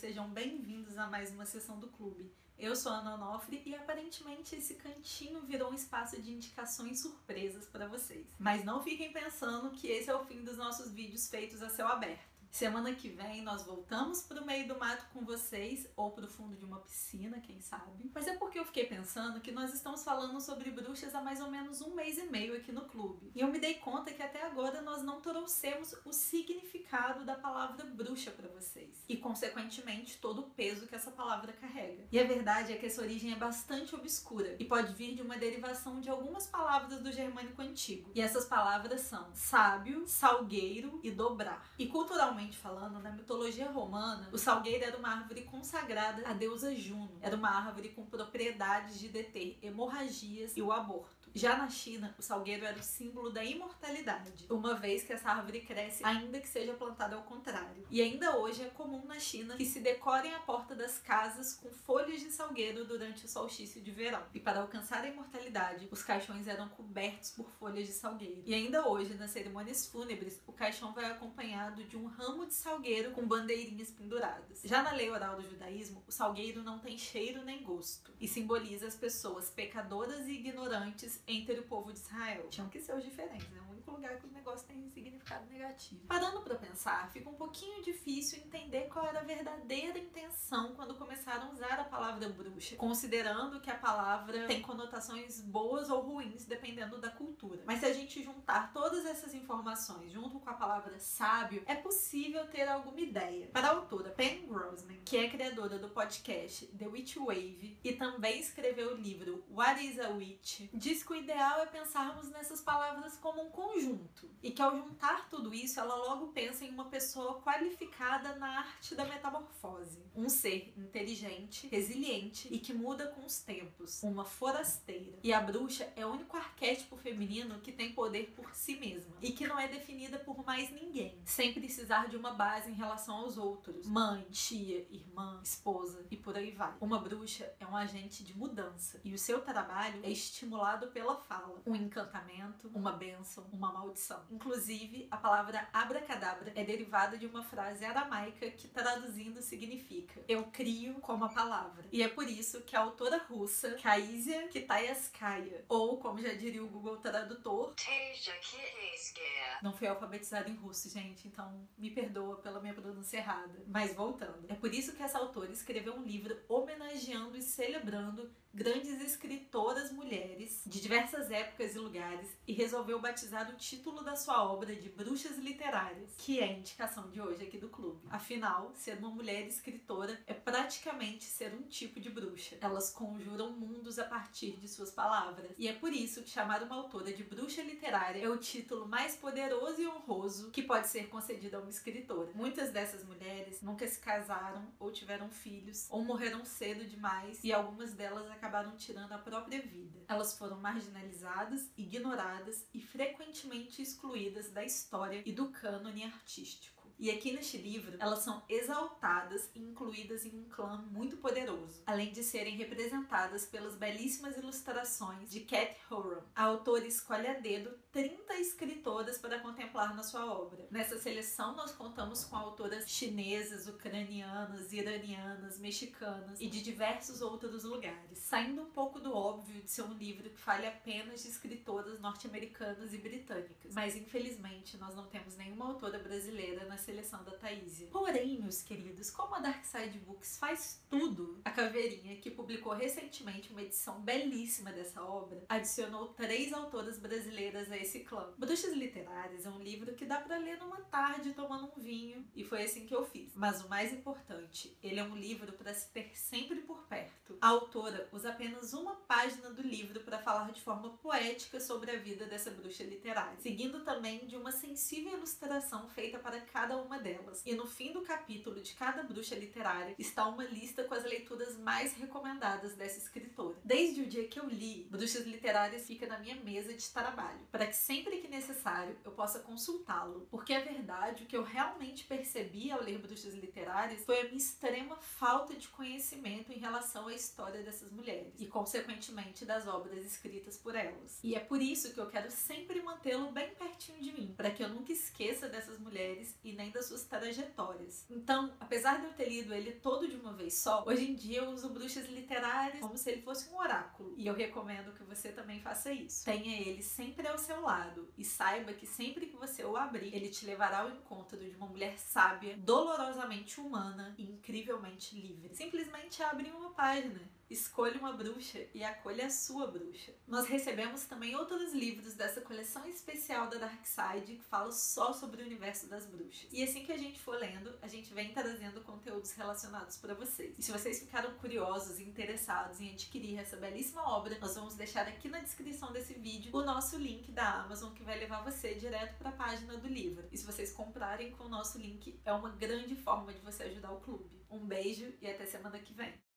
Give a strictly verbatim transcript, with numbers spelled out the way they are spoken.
sejam bem-vindos a mais uma sessão do clube. Eu sou a Ana Onofre e aparentemente esse cantinho virou um espaço de indicações surpresas para vocês. Mas não fiquem pensando que esse é o fim dos nossos vídeos feitos a céu aberto. Semana que vem nós voltamos pro meio do mato com vocês, ou pro fundo de uma piscina, quem sabe. Mas é porque eu fiquei pensando que nós estamos falando sobre bruxas há mais ou menos um mês e meio aqui no clube. E eu me dei conta que até agora nós não trouxemos o significado da palavra bruxa para vocês. E, consequentemente, todo o peso que essa palavra carrega. E a verdade é que essa origem é bastante obscura e pode vir de uma derivação de algumas palavras do germânico antigo. E essas palavras são sábio, salgueiro e dobrar. E culturalmente falando, na mitologia romana, o salgueiro era uma árvore consagrada à deusa Juno. Era uma árvore com propriedades de deter hemorragias e o aborto. Já na China, o salgueiro era o símbolo da imortalidade, uma vez que essa árvore cresce ainda que seja plantada ao contrário. E ainda hoje é comum na China que se decorem a porta das casas com folhas de salgueiro durante o solstício de verão. E para alcançar a imortalidade, os caixões eram cobertos por folhas de salgueiro. E ainda hoje, nas cerimônias fúnebres, o caixão vai acompanhado de um ramo de salgueiro com bandeirinhas penduradas. Já na lei oral do judaísmo, o salgueiro não tem cheiro nem gosto e simboliza as pessoas pecadoras e ignorantes entre o povo de Israel. Tinham que ser os diferentes, né? O único lugar que o negócio tem significado negativo. Parando pra pensar, fica um pouquinho difícil entender qual era a verdadeira intenção quando começaram a usar a palavra bruxa, considerando que a palavra tem conotações boas ou ruins dependendo da cultura. Mas se a gente juntar todas essas informações junto com a palavra sábio, é possível ter alguma ideia. Para a autora Penny Grossman, que é criadora do podcast The Witch Wave e também escreveu o livro What is a Witch, diz que o ideal é pensarmos nessas palavras como um conjunto e que ao juntar tudo isso, ela logo pensa em uma pessoa qualificada na arte da metamorfose, um ser inteligente, resiliente e que muda com os tempos, uma forasteira. E a bruxa é o único arquétipo feminino que tem poder por si mesma e que não é definida por mais ninguém, sem precisar de uma base em relação aos outros, mãe, tia, irmã, esposa e por aí vai. Uma bruxa é um agente de mudança e o seu trabalho é estimulado pela fala, um encantamento, uma bênção, uma maldição. Inclusive, a palavra abracadabra é derivada de uma frase aramaica que traduzindo significa eu crio como a palavra. E é por isso que a autora russa Kaisia Kitaevskaya, ou como já diria o Google Tradutor, não fui alfabetizada em russo, gente, então me perdoa pela minha pronúncia errada. Mas voltando, é por isso que essa autora escreveu um livro homenageando e celebrando grandes escritoras mulheres de diversas épocas e lugares e resolveu batizar o título da sua obra de Bruxas Literárias, que é a indicação de hoje aqui do clube. Afinal, ser uma mulher escritora é praticamente ser um tipo de bruxa. Elas conjuram mundos a partir de suas palavras. E é por isso que chamar uma autora de bruxa literária é o título mais poderoso e honroso que pode ser concedido a uma escritora. Muitas dessas mulheres nunca se casaram ou tiveram filhos ou morreram cedo demais e algumas delas acabaram tirando a própria vida. Elas foram marginalizadas, ignoradas e frequentemente excluídas da história e do cânone artístico. E aqui neste livro, elas são exaltadas e incluídas em um clã muito poderoso, além de serem representadas pelas belíssimas ilustrações de Cat Horan. A autora escolhe a dedo trinta escritoras para contemplar na sua obra. Nessa seleção, nós contamos com autoras chinesas, ucranianas, iranianas, mexicanas e de diversos outros lugares, saindo um pouco do óbvio de ser um livro que fale apenas de escritoras norte-americanas e britânicas. Mas, infelizmente, nós não temos nenhuma autora brasileira na seleção da Taísia. Porém, meus queridos, como a Dark Side Books faz tudo, a Caveirinha, que publicou recentemente uma edição belíssima dessa obra, adicionou três autoras brasileiras a esse clã. Bruxas Literárias é um livro que dá pra ler numa tarde tomando um vinho, e foi assim que eu fiz. Mas o mais importante, ele é um livro para se ter sempre por perto. A autora usa apenas uma página do livro para falar de forma poética sobre a vida dessa bruxa literária, seguindo também de uma sensível ilustração feita para cada uma delas. E no fim do capítulo de cada bruxa literária está uma lista com as leituras mais recomendadas dessa escritora. Desde o dia que eu li, Bruxas Literárias fica na minha mesa de trabalho, para que sempre que necessário eu possa consultá-lo, porque é verdade, o que eu realmente percebi ao ler Bruxas Literárias foi a minha extrema falta de conhecimento em relação à história dessas mulheres e, consequentemente, das obras escritas por elas. E é por isso que eu quero sempre mantê-lo bem pertinho de mim, para que eu nunca esqueça dessas mulheres e nem das suas trajetórias. Então, apesar de eu ter lido ele todo de uma vez só, hoje em dia eu uso Bruxas Literárias como se ele fosse um oráculo. E eu recomendo que você também faça isso. Tenha ele sempre ao seu lado e saiba que sempre que você o abrir, ele te levará ao encontro de uma mulher sábia, dolorosamente humana e incrivelmente livre. Simplesmente abre uma página. Escolha uma bruxa e acolha a sua bruxa. Nós recebemos também outros livros dessa coleção especial da Dark Side que fala só sobre o universo das bruxas. E assim que a gente for lendo, a gente vem trazendo conteúdos relacionados para vocês. E se vocês ficaram curiosos e interessados em adquirir essa belíssima obra, nós vamos deixar aqui na descrição desse vídeo o nosso link da Amazon que vai levar você direto para a página do livro. E se vocês comprarem com o nosso link, é uma grande forma de você ajudar o clube. Um beijo e até semana que vem.